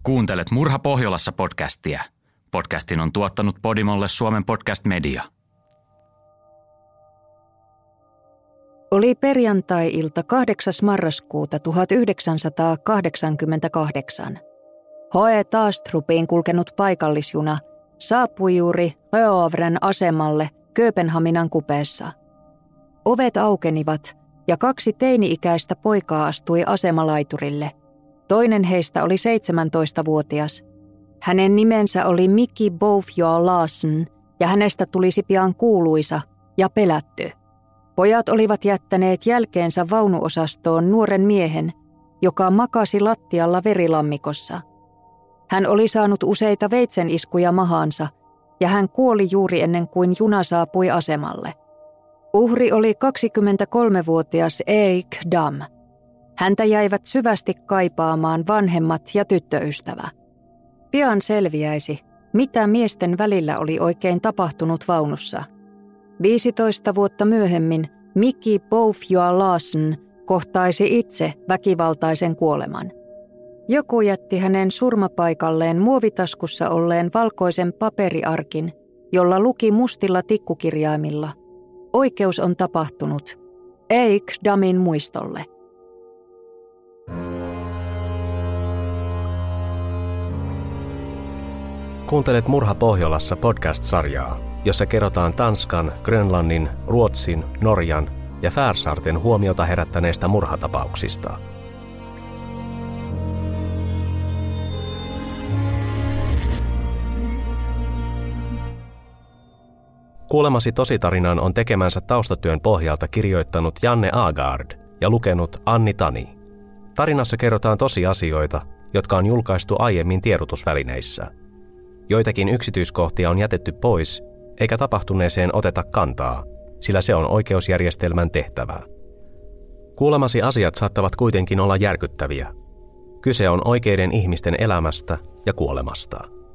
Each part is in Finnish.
Kuuntelet Murha Pohjolassa podcastia. Podcastin on tuottanut Podimolle Suomen Podcast Media. Oli perjantai-ilta 8. marraskuuta 1988. Hoe Taastrupiin kulkenut paikallisjuna saapui juuri Røovren asemalle Kööpenhaminan kupeessa. Ovet aukenivat ja 2 teini-ikäistä poikaa astui asemalaiturille. Toinen heistä oli 17-vuotias. Hänen nimensä oli Miki Bovjo Larsen ja hänestä tulisi pian kuuluisa ja pelätty. Pojat olivat jättäneet jälkeensä vaunuosastoon nuoren miehen, joka makasi lattialla verilammikossa. Hän oli saanut useita veitseniskuja mahaansa ja hän kuoli juuri ennen kuin juna saapui asemalle. Uhri oli 23-vuotias Erik Dam. Häntä jäivät syvästi kaipaamaan vanhemmat ja tyttöystävä. Pian selviäisi, mitä miesten välillä oli oikein tapahtunut vaunussa. 15 vuotta myöhemmin Miki Bovjo Larsen kohtaisi itse väkivaltaisen kuoleman. Joku jätti hänen surmapaikalleen muovitaskussa olleen valkoisen paperiarkin, jolla luki mustilla tikkukirjaimilla: "Oikeus on tapahtunut. Erik Damin muistolle." Kuuntelet Murha Pohjolassa podcast-sarjaa, jossa kerrotaan Tanskan, Grönlannin, Ruotsin, Norjan ja Färsaarten huomiota herättäneistä murhatapauksista. Kuulemasi tositarinan on tekemänsä taustatyön pohjalta kirjoittanut Janne Agard ja lukenut Anni Tani. Tarinassa kerrotaan tosiasioita, jotka on julkaistu aiemmin tiedotusvälineissä. Joitakin yksityiskohtia on jätetty pois, eikä tapahtuneeseen oteta kantaa, sillä se on oikeusjärjestelmän tehtävä. Kuulemasi asiat saattavat kuitenkin olla järkyttäviä. Kyse on oikeiden ihmisten elämästä ja kuolemasta.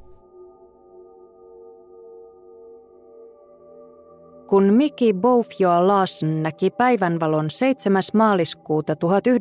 Kun Miki Bovjo Larsen näki päivänvalon 7. maaliskuuta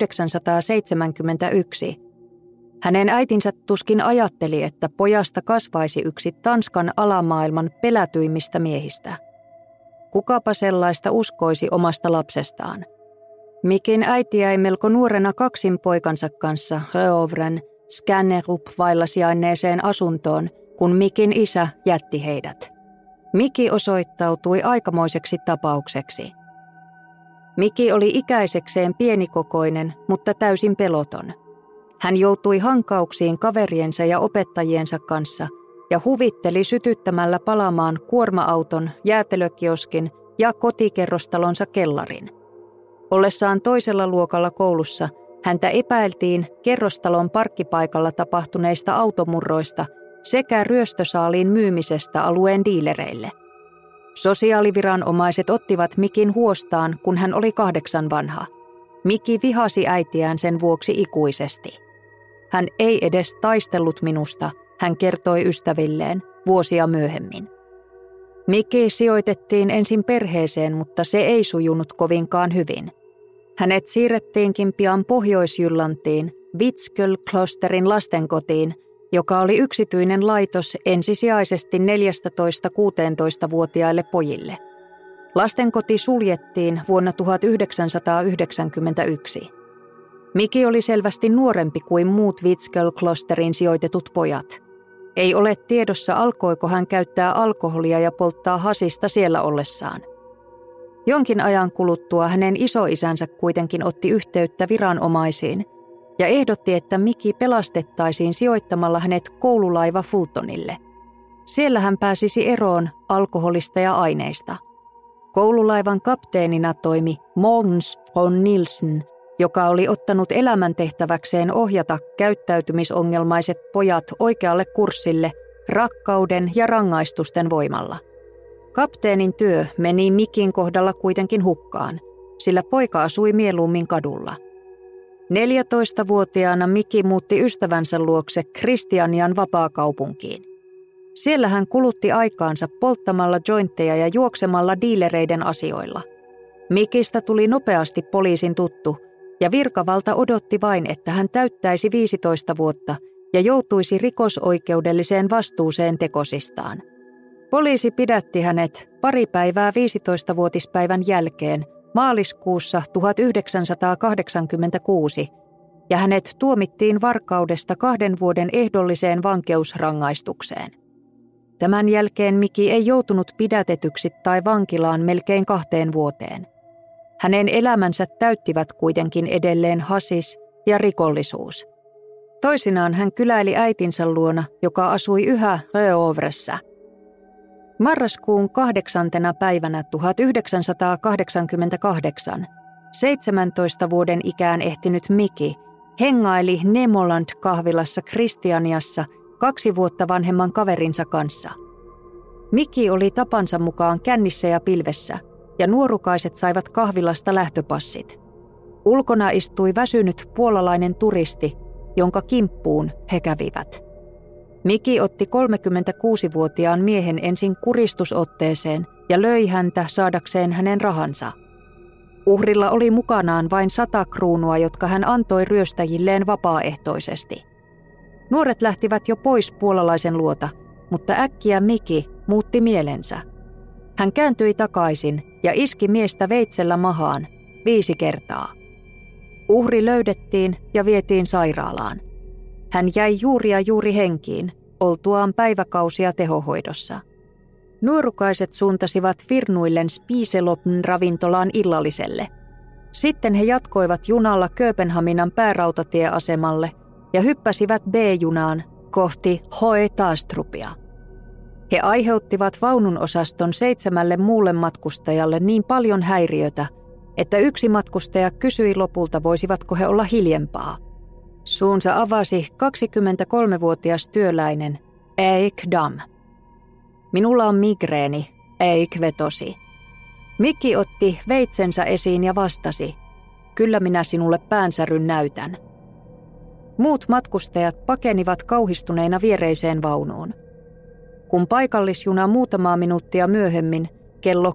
1971, hänen äitinsä tuskin ajatteli, että pojasta kasvaisi yksi Tanskan alamaailman pelätyimmistä miehistä. Kukapa sellaista uskoisi omasta lapsestaan. Mikin äiti jäi melko nuorena kaksin poikansa kanssa Røovren Skannerup-vailla sijainneeseen asuntoon, kun Mikin isä jätti heidät. Miki osoittautui aikamoiseksi tapaukseksi. Miki oli ikäisekseen pienikokoinen, mutta täysin peloton. Hän joutui hankauksiin kaveriensa ja opettajiensa kanssa ja huvitteli sytyttämällä palamaan kuorma-auton, jäätelökioskin ja kotikerrostalonsa kellarin. Ollessaan toisella luokalla koulussa häntä epäiltiin kerrostalon parkkipaikalla tapahtuneista automurroista sekä ryöstösaaliin myymisestä alueen diilereille. Sosiaaliviranomaiset ottivat Mikin huostaan, kun hän oli 8 vanha. Miki vihasi äitiään sen vuoksi ikuisesti. Hän ei edes taistellut minusta, hän kertoi ystävilleen vuosia myöhemmin. Miki sijoitettiin ensin perheeseen, mutta se ei sujunut kovinkaan hyvin. Hänet siirrettiinkin pian Pohjois-Jyllantiin, Vitskøl-klosterin lastenkotiin, joka oli yksityinen laitos ensisijaisesti 14–16-vuotiaille pojille. Lastenkoti suljettiin vuonna 1991. Miki oli selvästi nuorempi kuin muut Vitskøl-klosteriin sijoitetut pojat. Ei ole tiedossa, alkoiko hän käyttää alkoholia ja polttaa hasista siellä ollessaan. Jonkin ajan kuluttua hänen isoisänsä kuitenkin otti yhteyttä viranomaisiin ja ehdotti, että Miki pelastettaisiin sijoittamalla hänet koululaiva Fultonille. Siellä hän pääsisi eroon alkoholista ja aineista. Koululaivan kapteenina toimi Mogens von Nielsen, joka oli ottanut elämäntehtäväkseen ohjata käyttäytymisongelmaiset pojat oikealle kurssille rakkauden ja rangaistusten voimalla. Kapteenin työ meni Mikin kohdalla kuitenkin hukkaan, sillä poika asui mieluummin kadulla. 14-vuotiaana Miki muutti ystävänsä luokse Kristianian vapaakaupunkiin. Siellä hän kulutti aikaansa polttamalla jointteja ja juoksemalla diilereiden asioilla. Mikistä tuli nopeasti poliisin tuttu, ja virkavalta odotti vain, että hän täyttäisi 15 vuotta ja joutuisi rikosoikeudelliseen vastuuseen tekosistaan. Poliisi pidätti hänet pari päivää 15-vuotispäivän jälkeen maaliskuussa 1986 ja hänet tuomittiin varkaudesta 2 vuoden ehdolliseen vankeusrangaistukseen. Tämän jälkeen Mickey ei joutunut pidätetyksi tai vankilaan melkein 2 vuoteen. Hänen elämänsä täyttivät kuitenkin edelleen hasis ja rikollisuus. Toisinaan hän kyläili äitinsä luona, joka asui yhä Röovressä. Marraskuun 8. päivänä 1988 17 vuoden ikään ehtinyt Mickey hengaili Nemoland-kahvilassa Kristianiassa 2 vuotta vanhemman kaverinsa kanssa. Mickey oli tapansa mukaan kännissä ja pilvessä, ja nuorukaiset saivat kahvilasta lähtöpassit. Ulkona istui väsynyt puolalainen turisti, jonka kimppuun he kävivät. Mickey otti 36-vuotiaan miehen ensin kuristusotteeseen ja löi häntä saadakseen hänen rahansa. Uhrilla oli mukanaan vain 100 kruunua, jotka hän antoi ryöstäjilleen vapaaehtoisesti. Nuoret lähtivät jo pois puolalaisen luota, mutta äkkiä Mickey muutti mielensä. Hän kääntyi takaisin ja iski miestä veitsellä mahaan 5 kertaa. Uhri löydettiin ja vietiin sairaalaan. Hän jäi juuri henkiin, oltuaan päiväkausia tehohoidossa. Nuorukaiset suuntasivat Virnuillen Spiselopn ravintolaan illalliselle. Sitten he jatkoivat junalla Kööpenhaminan päärautatieasemalle ja hyppäsivät B-junaan kohti Høje Taastrupia. He aiheuttivat vaununosaston 7 muulle matkustajalle niin paljon häiriötä, että yksi matkustaja kysyi lopulta, voisivatko he olla hiljempaa. Suunsa avasi 23-vuotias työläinen Erik Dam. Minulla on migreeni, Erik vetosi. Mickey otti veitsensä esiin ja vastasi, kyllä minä sinulle päänsäryn näytän. Muut matkustajat pakenivat kauhistuneina viereiseen vaunuun. Kun paikallisjuna muutamaa minuuttia myöhemmin, kello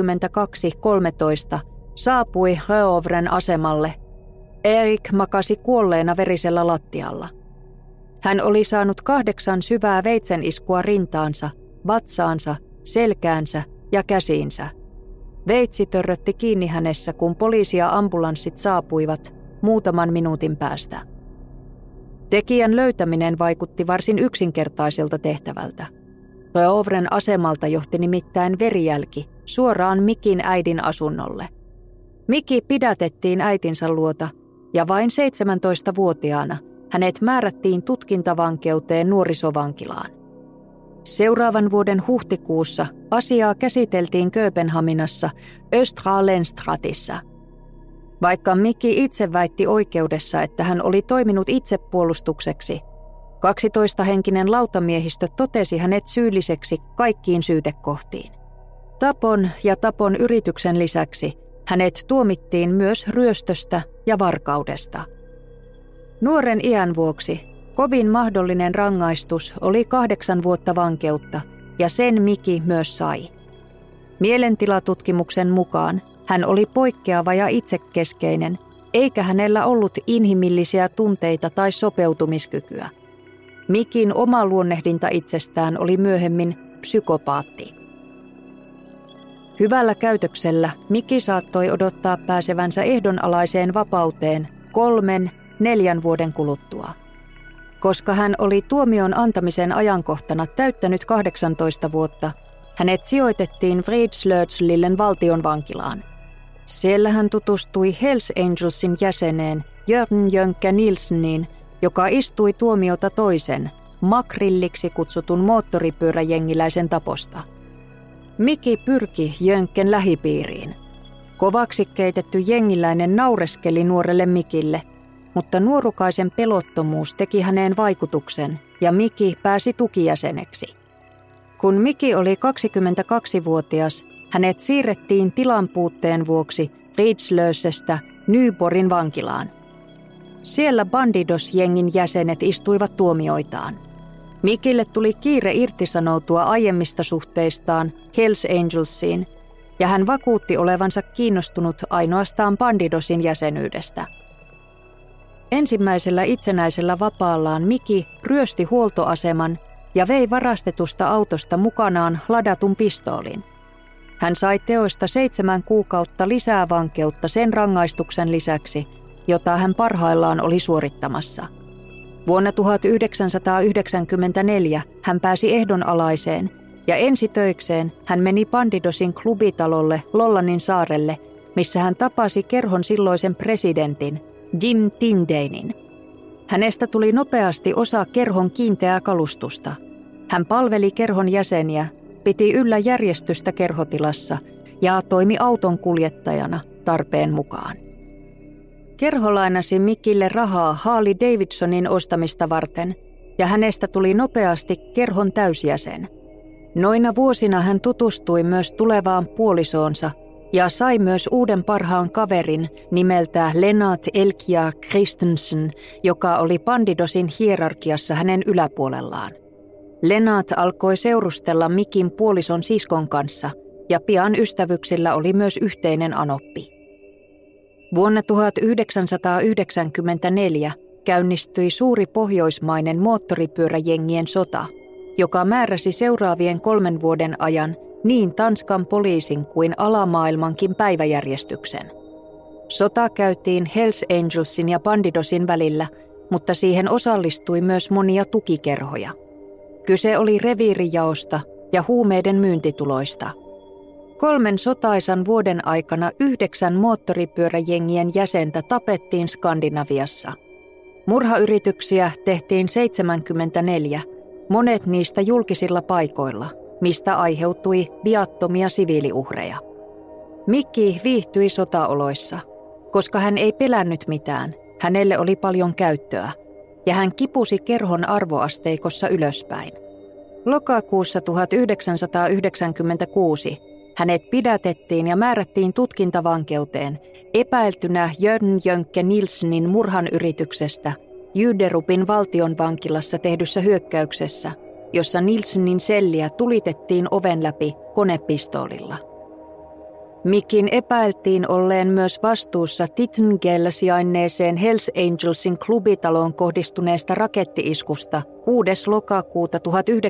22.13, saapui Röovren asemalle, Erik makasi kuolleena verisellä lattialla. Hän oli saanut 8 syvää veitseniskua rintaansa, vatsaansa, selkäänsä ja käsiinsä. Veitsi törrötti kiinni hänessä, kun poliisi ja ambulanssit saapuivat muutaman minuutin päästä. Tekijän löytäminen vaikutti varsin yksinkertaiselta tehtävältä. Röovren asemalta johti nimittäin verijälki suoraan Mickeyn äidin asunnolle. Mickey pidätettiin äitinsä luota ja vain 17-vuotiaana hänet määrättiin tutkintavankeuteen nuorisovankilaan. Seuraavan vuoden huhtikuussa asiaa käsiteltiin Kööpenhaminassa Östra Länstratissa. Vaikka Mickey itse väitti oikeudessa, että hän oli toiminut itsepuolustukseksi, 12-henkinen lautamiehistö totesi hänet syylliseksi kaikkiin syytekohtiin. Tapon ja tapon yrityksen lisäksi hänet tuomittiin myös ryöstöstä ja varkaudesta. Nuoren iän vuoksi kovin mahdollinen rangaistus oli 8 vuotta vankeutta, ja sen Mickey myös sai. Mielentilatutkimuksen mukaan hän oli poikkeava ja itsekeskeinen, eikä hänellä ollut inhimillisiä tunteita tai sopeutumiskykyä. Mickeyn oma luonnehdinta itsestään oli myöhemmin psykopaatti. Hyvällä käytöksellä Mickey saattoi odottaa pääsevänsä ehdonalaiseen vapauteen 3-4 vuoden kuluttua. Koska hän oli tuomion antamisen ajankohtana täyttänyt 18 vuotta, hänet sijoitettiin Fridslöjdslillen valtionvankilaan. Siellä hän tutustui Hells Angelsin jäseneen Jörn Jönkä Nilsseniin, joka istui tuomiota toisen, makrilliksi kutsutun moottoripyöräjengiläisen taposta. Mickey pyrki Jönkken lähipiiriin. Kovaksi keitetty jengiläinen naureskeli nuorelle Mickeylle, mutta nuorukaisen pelottomuus teki häneen vaikutuksen ja Mickey pääsi tukijäseneksi. Kun Mickey oli 22-vuotias, hänet siirrettiin tilan puutteen vuoksi Fridslösestä Nyborgin vankilaan. Siellä Bandidos-jengin jäsenet istuivat tuomioitaan. Mickeylle tuli kiire irtisanoutua aiemmista suhteistaan Hells Angelsiin, ja hän vakuutti olevansa kiinnostunut ainoastaan Bandidosin jäsenyydestä. Ensimmäisellä itsenäisellä vapaallaan Miki ryösti huoltoaseman ja vei varastetusta autosta mukanaan ladatun pistoolin. Hän sai teoista 7 kuukautta lisää vankeutta sen rangaistuksen lisäksi, jota hän parhaillaan oli suorittamassa. Vuonna 1994 hän pääsi ehdonalaiseen ja ensitöikseen hän meni Bandidosin klubitalolle Lollanin saarelle, missä hän tapasi kerhon silloisen presidentin Jim Tindeinin. Hänestä tuli nopeasti osa kerhon kiinteää kalustusta. Hän palveli kerhon jäseniä, piti yllä järjestystä kerhotilassa ja toimi auton kuljettajana tarpeen mukaan. Kerho lainasi Mikille rahaa Harley Davidsonin ostamista varten ja hänestä tuli nopeasti kerhon täysjäsen. Noina vuosina hän tutustui myös tulevaan puolisoonsa ja sai myös uuden parhaan kaverin nimeltä Lennart Elkia Christensen, joka oli Bandidosin hierarkiassa hänen yläpuolellaan. Lennart alkoi seurustella Mikin puolison siskon kanssa ja pian ystävyksillä oli myös yhteinen anoppi. Vuonna 1994 käynnistyi suuri pohjoismainen moottoripyöräjengien sota, joka määräsi seuraavien 3 vuoden ajan niin Tanskan poliisin kuin alamaailmankin päiväjärjestyksen. Sota käytiin Hells Angelsin ja Bandidosin välillä, mutta siihen osallistui myös monia tukikerhoja. Kyse oli reviirijaosta ja huumeiden myyntituloista. 3 sotaisan vuoden aikana 9 moottoripyöräjengien jäsentä tapettiin Skandinaviassa. Murhayrityksiä tehtiin 74, monet niistä julkisilla paikoilla, mistä aiheutui viattomia siviiliuhreja. Mikki viihtyi sotaoloissa, koska hän ei pelännyt mitään, hänelle oli paljon käyttöä, ja hän kipusi kerhon arvoasteikossa ylöspäin. Lokakuussa 1996 hänet pidätettiin ja määrättiin tutkintavankeuteen epäiltynä Jörn Jönkke Nilssonin murhanyrityksestä Jyderupin valtionvankilassa tehdyssä hyökkäyksessä, jossa Nilssonin selliä tulitettiin oven läpi konepistoolilla. Mikin epäiltiin olleen myös vastuussa Tittengellä sijainneeseen Hells Angelsin klubitaloon kohdistuneesta rakettiiskusta 6. lokakuuta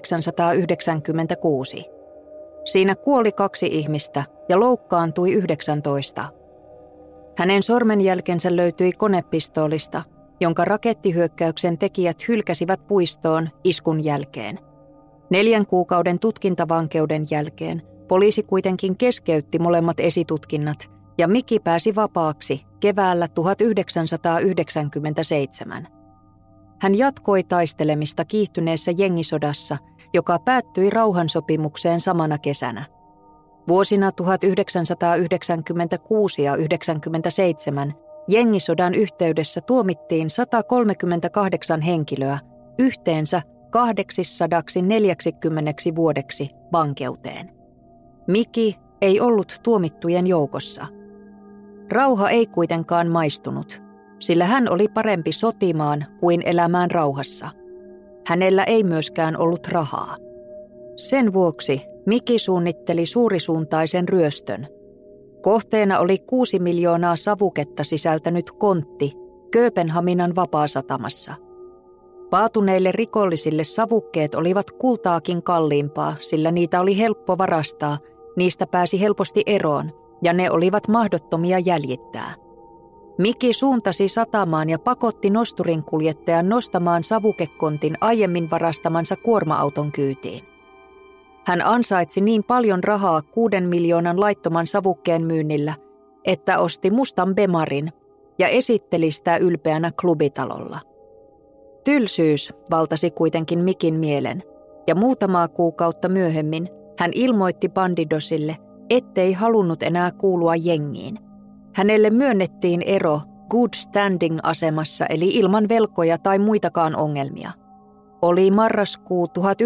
1996. Siinä kuoli 2 ihmistä ja loukkaantui 19. Hänen sormenjälkensä löytyi konepistoolista, jonka rakettihyökkäyksen tekijät hylkäsivät puistoon iskun jälkeen. 4 kuukauden tutkintavankeuden jälkeen poliisi kuitenkin keskeytti molemmat esitutkinnat ja Miki pääsi vapaaksi keväällä 1997. Hän jatkoi taistelemista kiihtyneessä jengisodassa, joka päättyi rauhansopimukseen samana kesänä. Vuosina 1996 ja 1997 jengisodan yhteydessä tuomittiin 138 henkilöä yhteensä 840 vuodeksi vankeuteen. Miki ei ollut tuomittujen joukossa. Rauha ei kuitenkaan maistunut, sillä hän oli parempi sotimaan kuin elämään rauhassa. Hänellä ei myöskään ollut rahaa. Sen vuoksi Miki suunnitteli suurisuuntaisen ryöstön. Kohteena oli 6 miljoonaa savuketta sisältänyt kontti Kööpenhaminan vapaasatamassa. Paatuneille rikollisille savukkeet olivat kultaakin kalliimpaa, sillä niitä oli helppo varastaa, niistä pääsi helposti eroon ja ne olivat mahdottomia jäljittää. Miki suuntasi satamaan ja pakotti nosturinkuljettajan nostamaan savukekontin aiemmin varastamansa kuorma-auton kyytiin. Hän ansaitsi niin paljon rahaa 6 miljoonan laittoman savukkeen myynnillä, että osti mustan Bemarin ja esitteli sitä ylpeänä klubitalolla. Tylsyys valtasi kuitenkin Mikin mielen, ja muutamaa kuukautta myöhemmin hän ilmoitti Bandidosille, ettei halunnut enää kuulua jengiin. Hänelle myönnettiin ero good standing-asemassa eli ilman velkoja tai muitakaan ongelmia. Oli marraskuu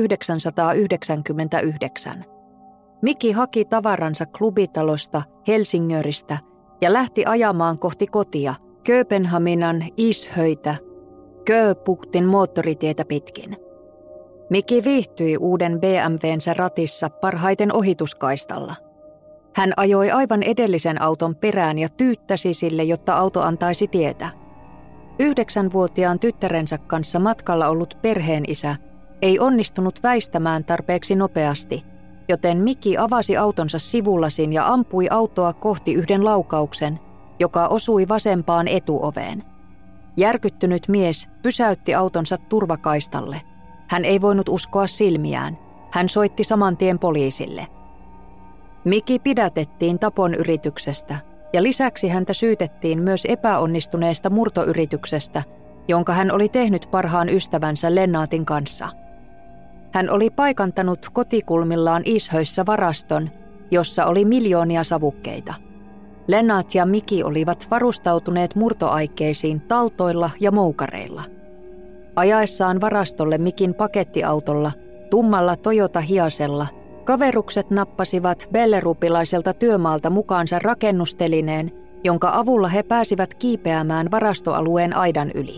1999. Miki haki tavaransa klubitalosta Helsingöristä ja lähti ajamaan kohti kotia Kööpenhaminan Ishöitä Kööpuktin moottoritietä pitkin. Miki viihtyi uuden BMW:nsä ratissa parhaiten ohituskaistalla. Hän ajoi aivan edellisen auton perään ja tyyttäsi sille, jotta auto antaisi tietä. 9-vuotiaan tyttärensä kanssa matkalla ollut perheenisä ei onnistunut väistämään tarpeeksi nopeasti, joten Mickey avasi autonsa sivulasin ja ampui autoa kohti yhden laukauksen, joka osui vasempaan etuoveen. Järkyttynyt mies pysäytti autonsa turvakaistalle. Hän ei voinut uskoa silmiään. Hän soitti saman tien poliisille. Mickey pidätettiin tapon yrityksestä ja lisäksi häntä syytettiin myös epäonnistuneesta murtoyrityksestä, jonka hän oli tehnyt parhaan ystävänsä Lennartin kanssa. Hän oli paikantanut kotikulmillaan Ishöissä varaston, jossa oli miljoonia savukkeita. Lennart ja Mickey olivat varustautuneet murtoaikkeisiin taltoilla ja moukareilla. Ajaessaan varastolle Mickeyn pakettiautolla, tummalla Toyota Hiacella, kaverukset nappasivat bellerupilaiselta työmaalta mukaansa rakennustelineen, jonka avulla he pääsivät kiipeämään varastoalueen aidan yli.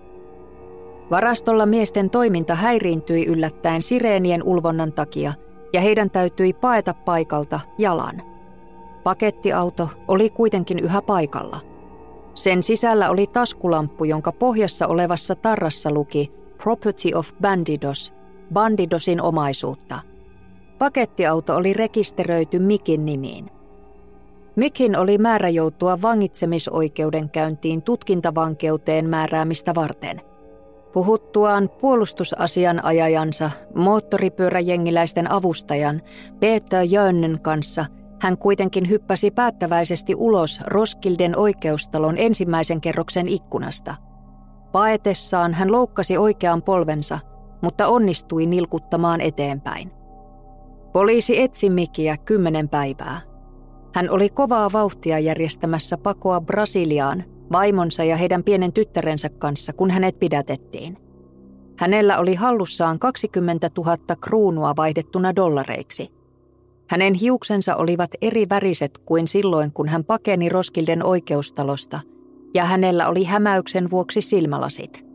Varastolla miesten toiminta häiriintyi yllättäen sireenien ulvonnan takia ja heidän täytyi paeta paikalta jalan. Pakettiauto oli kuitenkin yhä paikalla. Sen sisällä oli taskulamppu, jonka pohjassa olevassa tarrassa luki Property of Bandidos, Bandidosin omaisuutta. Pakettiauto oli rekisteröity Mickeyn nimiin. Mickeyn oli määrä joutua vangitsemisoikeudenkäyntiin tutkintavankeuteen määräämistä varten. Puhuttuaan puolustusasianajajansa, moottoripyöräjengiläisten avustajan Peter Jönnen kanssa, hän kuitenkin hyppäsi päättäväisesti ulos Roskilden oikeustalon ensimmäisen kerroksen ikkunasta. Paetessaan hän loukkasi oikean polvensa, mutta onnistui nilkuttamaan eteenpäin. Poliisi etsi Mickeyä 10 päivää. Hän oli kovaa vauhtia järjestämässä pakoa Brasiliaan vaimonsa ja heidän pienen tyttärensä kanssa, kun hänet pidätettiin. Hänellä oli hallussaan 20 000 kruunua vaihdettuna dollareiksi. Hänen hiuksensa olivat eri väriset kuin silloin, kun hän pakeni Roskilden oikeustalosta, ja hänellä oli hämäyksen vuoksi silmälasit.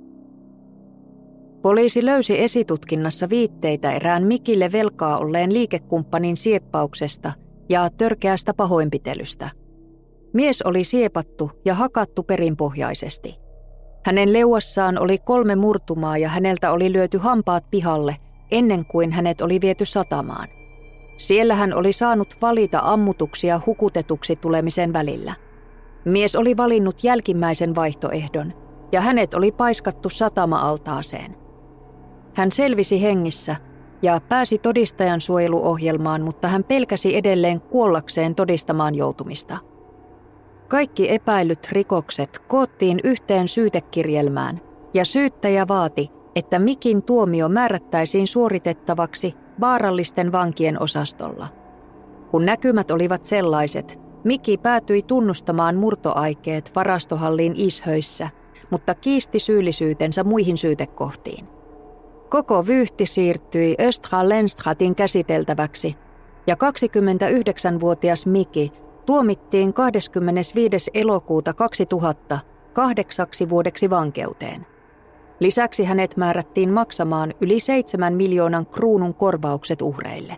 Poliisi löysi esitutkinnassa viitteitä erään Mickeylle velkaa olleen liikekumppanin sieppauksesta ja törkeästä pahoinpitelystä. Mies oli siepattu ja hakattu perinpohjaisesti. Hänen leuassaan oli 3 murtumaa ja häneltä oli lyöty hampaat pihalle ennen kuin hänet oli viety satamaan. Siellä hän oli saanut valita ammutuksia hukutetuksi tulemisen välillä. Mies oli valinnut jälkimmäisen vaihtoehdon ja hänet oli paiskattu satama-altaaseen. Hän selvisi hengissä ja pääsi todistajan suojeluohjelmaan, mutta hän pelkäsi edelleen kuollakseen todistamaan joutumista. Kaikki epäillyt rikokset koottiin yhteen syytekirjelmään ja syyttäjä vaati, että Mickeyn tuomio määrättäisiin suoritettavaksi vaarallisten vankien osastolla. Kun näkymät olivat sellaiset, Mickey päätyi tunnustamaan murtoaikeet varastohalliin Ishöissä, mutta kiisti syyllisyytensä muihin syytekohtiin. Koko vyyhti siirtyi Östra Lennstratin käsiteltäväksi ja 29-vuotias Mickey tuomittiin 25. elokuuta 2000 8 vuodeksi vankeuteen. Lisäksi hänet määrättiin maksamaan yli 7 miljoonan kruunun korvaukset uhreille.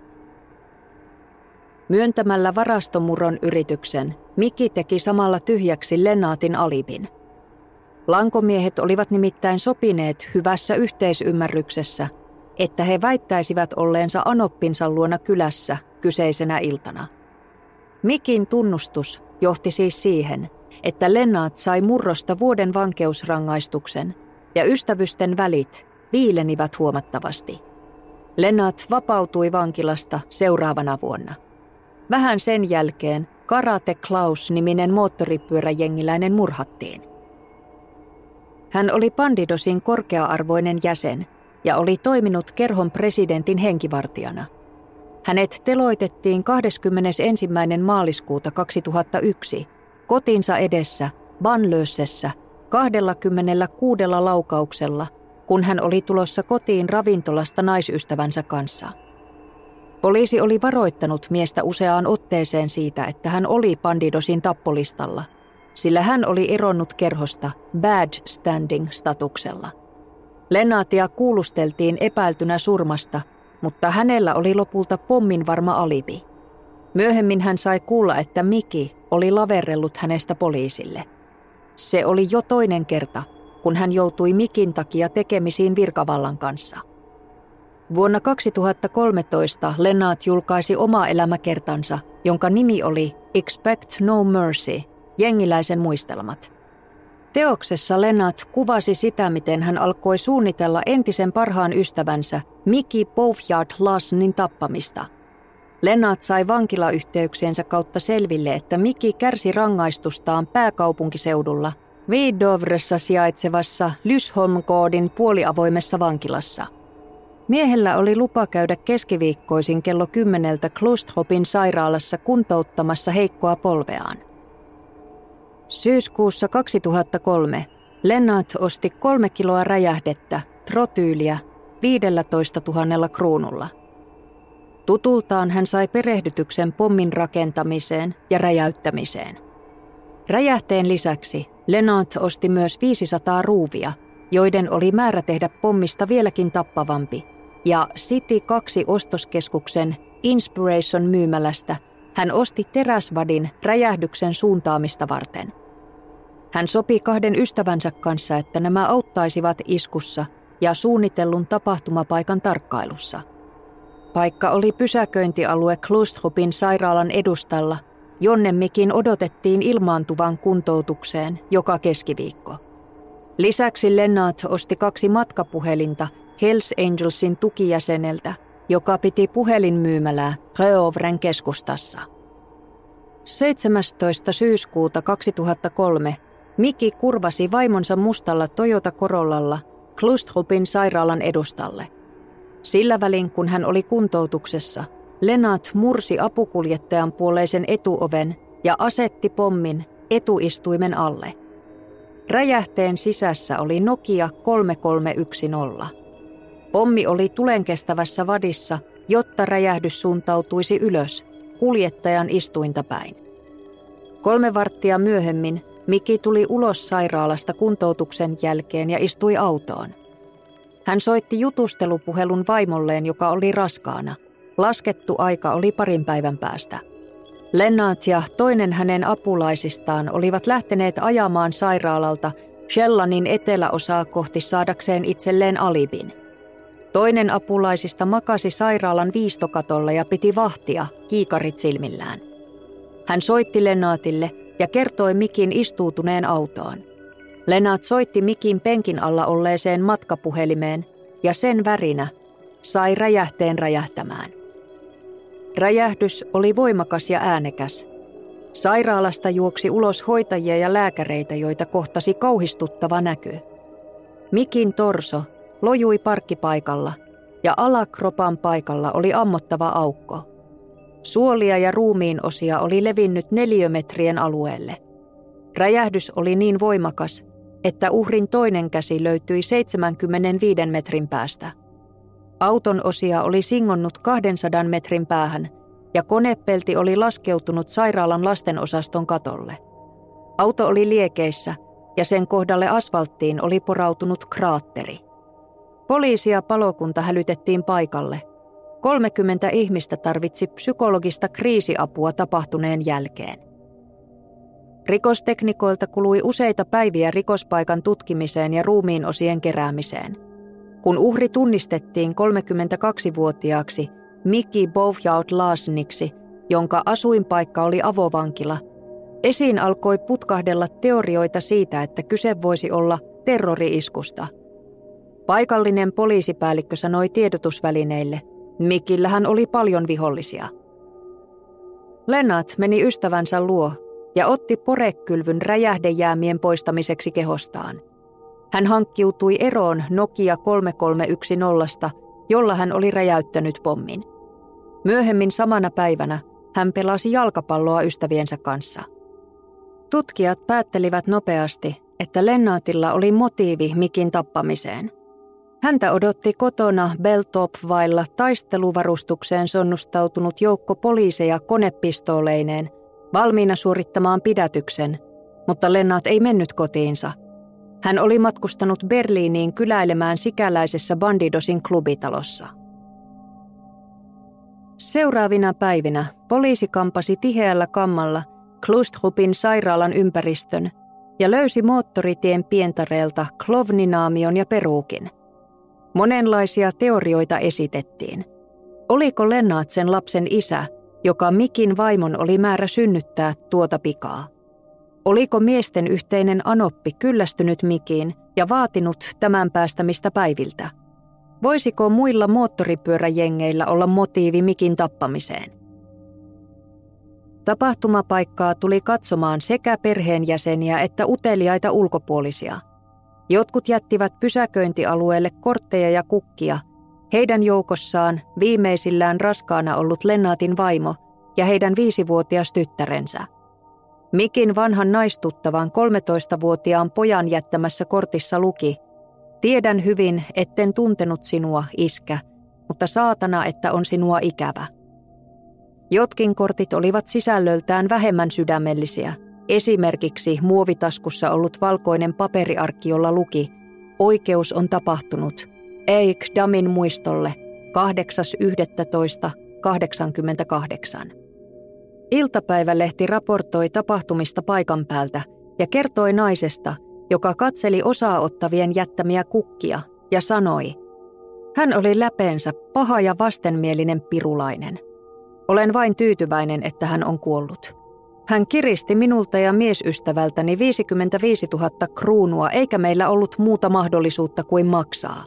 Myöntämällä varastomurron yrityksen, Mickey teki samalla tyhjäksi Lennartin alibin. Lankomiehet olivat nimittäin sopineet hyvässä yhteisymmärryksessä, että he väittäisivät olleensa anoppinsa luona kylässä kyseisenä iltana. Mickeyn tunnustus johti siis siihen, että Lennart sai murrosta vuoden vankeusrangaistuksen ja ystävysten välit viilenivät huomattavasti. Lennart vapautui vankilasta seuraavana vuonna. Vähän sen jälkeen Karate Klaus-niminen moottoripyöräjengiläinen murhattiin. Hän oli Bandidosin korkea-arvoinen jäsen ja oli toiminut kerhon presidentin henkivartijana. Hänet teloitettiin 21. maaliskuuta 2001 kotinsa edessä Banlössessä 26 laukauksella, kun hän oli tulossa kotiin ravintolasta naisystävänsä kanssa. Poliisi oli varoittanut miestä useaan otteeseen siitä, että hän oli Bandidosin tappolistalla, sillä hän oli eronnut kerhosta bad standing-statuksella. Lennartia kuulusteltiin epäiltynä surmasta, mutta hänellä oli lopulta pomminvarma alibi. Myöhemmin hän sai kuulla, että Mickey oli laverrellut hänestä poliisille. Se oli jo toinen kerta, kun hän joutui Mickin takia tekemisiin virkavallan kanssa. Vuonna 2013 Lennart julkaisi oma elämäkertansa, jonka nimi oli Expect No Mercy, jengiläisen muistelmat. Teoksessa Lennart kuvasi sitä, miten hän alkoi suunnitella entisen parhaan ystävänsä Micki Bovhjard Larsenin tappamista. Lennart sai vankilayhteyksiensä kautta selville, että Micki kärsi rangaistustaan pääkaupunkiseudulla Hvidovressa sijaitsevassa Lysholmgårdin puoliavoimessa vankilassa. Miehellä oli lupa käydä keskiviikkoisin kello 10 Klustropin sairaalassa kuntouttamassa heikkoa polveaan. Syyskuussa 2003 Lennart osti 3 kiloa räjähdettä, trotyyliä, 15 000 kruunulla. Tutultaan hän sai perehdytyksen pommin rakentamiseen ja räjäyttämiseen. Räjähteen lisäksi Lennart osti myös 500 ruuvia, joiden oli määrä tehdä pommista vieläkin tappavampi, ja City 2 ostoskeskuksen Inspiration myymälästä hän osti teräsvadin räjähdyksen suuntaamista varten. Hän sopi 2 ystävänsä kanssa, että nämä auttaisivat iskussa ja suunnitellun tapahtumapaikan tarkkailussa. Paikka oli pysäköintialue Klustropin sairaalan edustalla, jonne Mickin odotettiin ilmaantuvan kuntoutukseen joka keskiviikko. Lisäksi Lennart osti 2 matkapuhelinta Hells Angelsin tukijäseneltä, joka piti puhelinmyymälää Röovren keskustassa. 17. syyskuuta 2003 Micki kurvasi vaimonsa mustalla Toyota Corollalla Klustropin sairaalan edustalle. Sillä välin, kun hän oli kuntoutuksessa, Lennart mursi apukuljettajan puoleisen etuoven ja asetti pommin etuistuimen alle. Räjähteen sisässä oli Nokia 3310. Pommi oli tulenkestävässä vadissa, jotta räjähdys suuntautuisi ylös, kuljettajan istuinta päin. 3 varttia myöhemmin Micki tuli ulos sairaalasta kuntoutuksen jälkeen ja istui autoon. Hän soitti jutustelupuhelun vaimolleen, joka oli raskaana. Laskettu aika oli 2 päivän päästä. Lennart ja toinen hänen apulaisistaan olivat lähteneet ajamaan sairaalalta Shellanin eteläosaa kohti saadakseen itselleen alibin. Toinen apulaisista makasi sairaalan viistokatolla ja piti vahtia, kiikarit silmillään. Hän soitti Lennartille ja kertoi Mickin istuutuneen autoon. Lennart soitti Mickin penkin alla olleeseen matkapuhelimeen ja sen värinä sai räjähteen räjähtämään. Räjähdys oli voimakas ja äänekäs. Sairaalasta juoksi ulos hoitajia ja lääkäreitä, joita kohtasi kauhistuttava näky. Mickin torso lojui parkkipaikalla ja alakropan paikalla oli ammottava aukko. Suolia ja ruumiin osia oli levinnyt 4 metrien alueelle. Räjähdys oli niin voimakas, että uhrin toinen käsi löytyi 75 metrin päästä. Auton osia oli singonnut 200 metrin päähän ja konepelti oli laskeutunut sairaalan lastenosaston katolle. Auto oli liekeissä ja sen kohdalle asfalttiin oli porautunut kraatteri. Poliisi ja palokunta hälytettiin paikalle. 30 ihmistä tarvitsi psykologista kriisiapua tapahtuneen jälkeen. Rikosteknikoilta kului useita päiviä rikospaikan tutkimiseen ja ruumiinosien keräämiseen. Kun uhri tunnistettiin 32-vuotiaaksi Micki Bovhjard Larseniksi, jonka asuinpaikka oli avovankila, esiin alkoi putkahdella teorioita siitä, että kyse voisi olla terrori-iskusta. Paikallinen poliisipäällikkö sanoi tiedotusvälineille, Mickillähän oli paljon vihollisia. Lennart meni ystävänsä luo ja otti porekylvyn räjähdejäämien poistamiseksi kehostaan. Hän hankkiutui eroon Nokia 3310, jolla hän oli räjäyttänyt pommin. Myöhemmin samana päivänä hän pelasi jalkapalloa ystäviensä kanssa. Tutkijat päättelivät nopeasti, että Lennartilla oli motiivi Mickin tappamiseen. Häntä odotti kotona Beltopvailla taisteluvarustukseen sonnustautunut joukko poliiseja konepistooleineen, valmiina suorittamaan pidätyksen, mutta Lennart ei mennyt kotiinsa. Hän oli matkustanut Berliiniin kyläilemään sikäläisessä Bandidosin klubitalossa. Seuraavina päivinä poliisi kampasi tiheällä kammalla Klustropin sairaalan ympäristön ja löysi moottoritien pientareelta klovninaamion ja peruukin. Monenlaisia teorioita esitettiin. Oliko Lennart sen lapsen isä, joka Mikin vaimon oli määrä synnyttää tuota pikaa? Oliko miesten yhteinen anoppi kyllästynyt Mikiin ja vaatinut tämän päästämistä päiviltä? Voisiko muilla moottoripyöräjengeillä olla motiivi Mikin tappamiseen? Tapahtumapaikkaa tuli katsomaan sekä perheenjäseniä että uteliaita ulkopuolisia. Jotkut jättivät pysäköintialueelle kortteja ja kukkia, heidän joukossaan viimeisillään raskaana ollut Lennatin vaimo ja heidän 5-vuotias tyttärensä. Mikin vanhan naistuttavan 13-vuotiaan pojan jättämässä kortissa luki: "Tiedän hyvin, etten tuntenut sinua, iskä, mutta saatana, että on sinua ikävä." Jotkin kortit olivat sisällöltään vähemmän sydämellisiä. Esimerkiksi muovitaskussa ollut valkoinen paperiarkki, jolla luki: "Oikeus on tapahtunut. Eik Damin muistolle 8.11.88. Iltapäivälehti raportoi tapahtumista paikan päältä ja kertoi naisesta, joka katseli osaa-ottavien jättämiä kukkia ja sanoi: "Hän oli läpeensä paha ja vastenmielinen pirulainen. Olen vain tyytyväinen, että hän on kuollut. Hän kiristi minulta ja miesystävältäni 55 000 kruunua, eikä meillä ollut muuta mahdollisuutta kuin maksaa."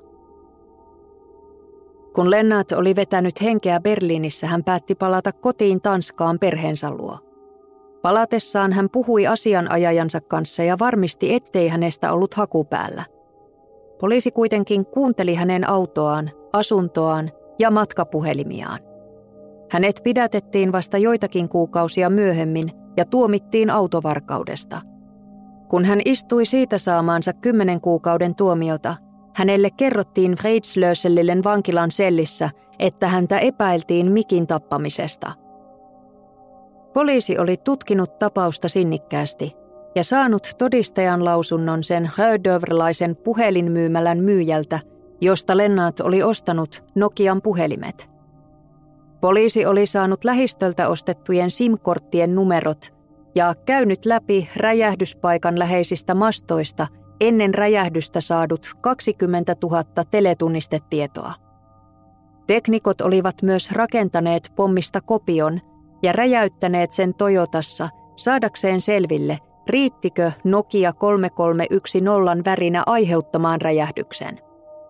Kun Lennart oli vetänyt henkeä Berliinissä, hän päätti palata kotiin Tanskaan perheensä luo. Palatessaan hän puhui asianajajansa kanssa ja varmisti, ettei hänestä ollut haku päällä. Poliisi kuitenkin kuunteli hänen autoaan, asuntoaan ja matkapuhelimiaan. Hänet pidätettiin vasta joitakin kuukausia myöhemmin ja tuomittiin autovarkaudesta. Kun hän istui siitä saamaansa 10 kuukauden tuomiota, hänelle kerrottiin Fredslösellilen vankilan sellissä, että häntä epäiltiin Mikin tappamisesta. Poliisi oli tutkinut tapausta sinnikkäästi ja saanut todistajan lausunnon sen rödövrlaisen puhelinmyymälän myyjältä, josta Lennart oli ostanut Nokian puhelimet. Poliisi oli saanut lähistöltä ostettujen SIM-korttien numerot ja käynyt läpi räjähdyspaikan läheisistä mastoista ennen räjähdystä saadut 20 000 teletunnistetietoa. Teknikot olivat myös rakentaneet pommista kopion ja räjäyttäneet sen Toyotassa saadakseen selville, riittikö Nokia 3310 värinä aiheuttamaan räjähdyksen.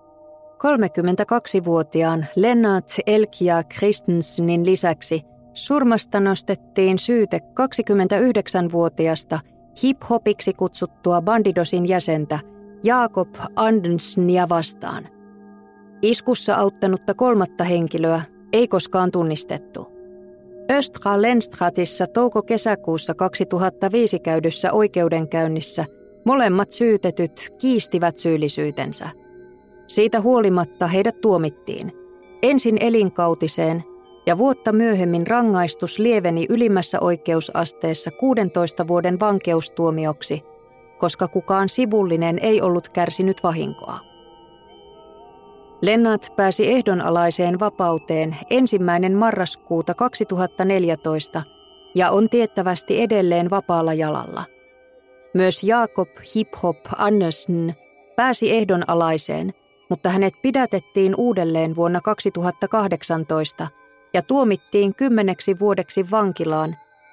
32-vuotiaan Lennart Elkia Christensenin lisäksi surmasta nostettiin syyte 29-vuotiasta hip-hopiksi kutsuttua Bandidosin jäsentä Jakob Andersenia vastaan. Iskussa auttanutta 3. henkilöä ei koskaan tunnistettu. Östra Lennstratissa touko-kesäkuussa 2005 käydyssä oikeudenkäynnissä molemmat syytetyt kiistivät syyllisyytensä. Siitä huolimatta heidät tuomittiin. Ensin elinkautiseen ja vuotta myöhemmin rangaistus lieveni ylimmässä oikeusasteessa 16 vuoden vankeustuomioksi, koska kukaan sivullinen ei ollut kärsinyt vahinkoa. Lennart pääsi ehdonalaiseen vapauteen 1. marraskuuta 2014 ja on tiettävästi edelleen vapaalla jalalla. Myös Jakob Hip-Hop Andersen pääsi ehdonalaiseen, mutta hänet pidätettiin uudelleen vuonna 2018 ja tuomittiin 10 vuodeksi vankilaan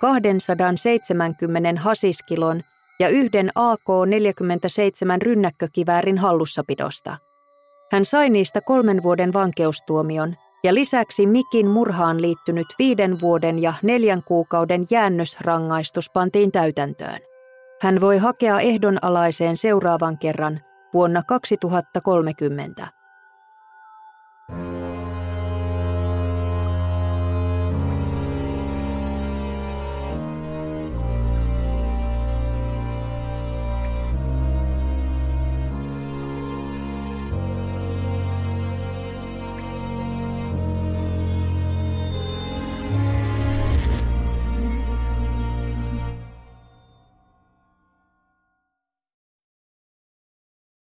270 hasiskilon ja 1 AK-47 rynnäkkökiväärin hallussapidosta. Hän sai niistä 3 vuoden vankeustuomion ja lisäksi Mikin murhaan liittynyt 5 vuoden ja 4 kuukauden jäännösrangaistus pantiin täytäntöön. Hän voi hakea ehdonalaiseen seuraavan kerran vuonna 2030.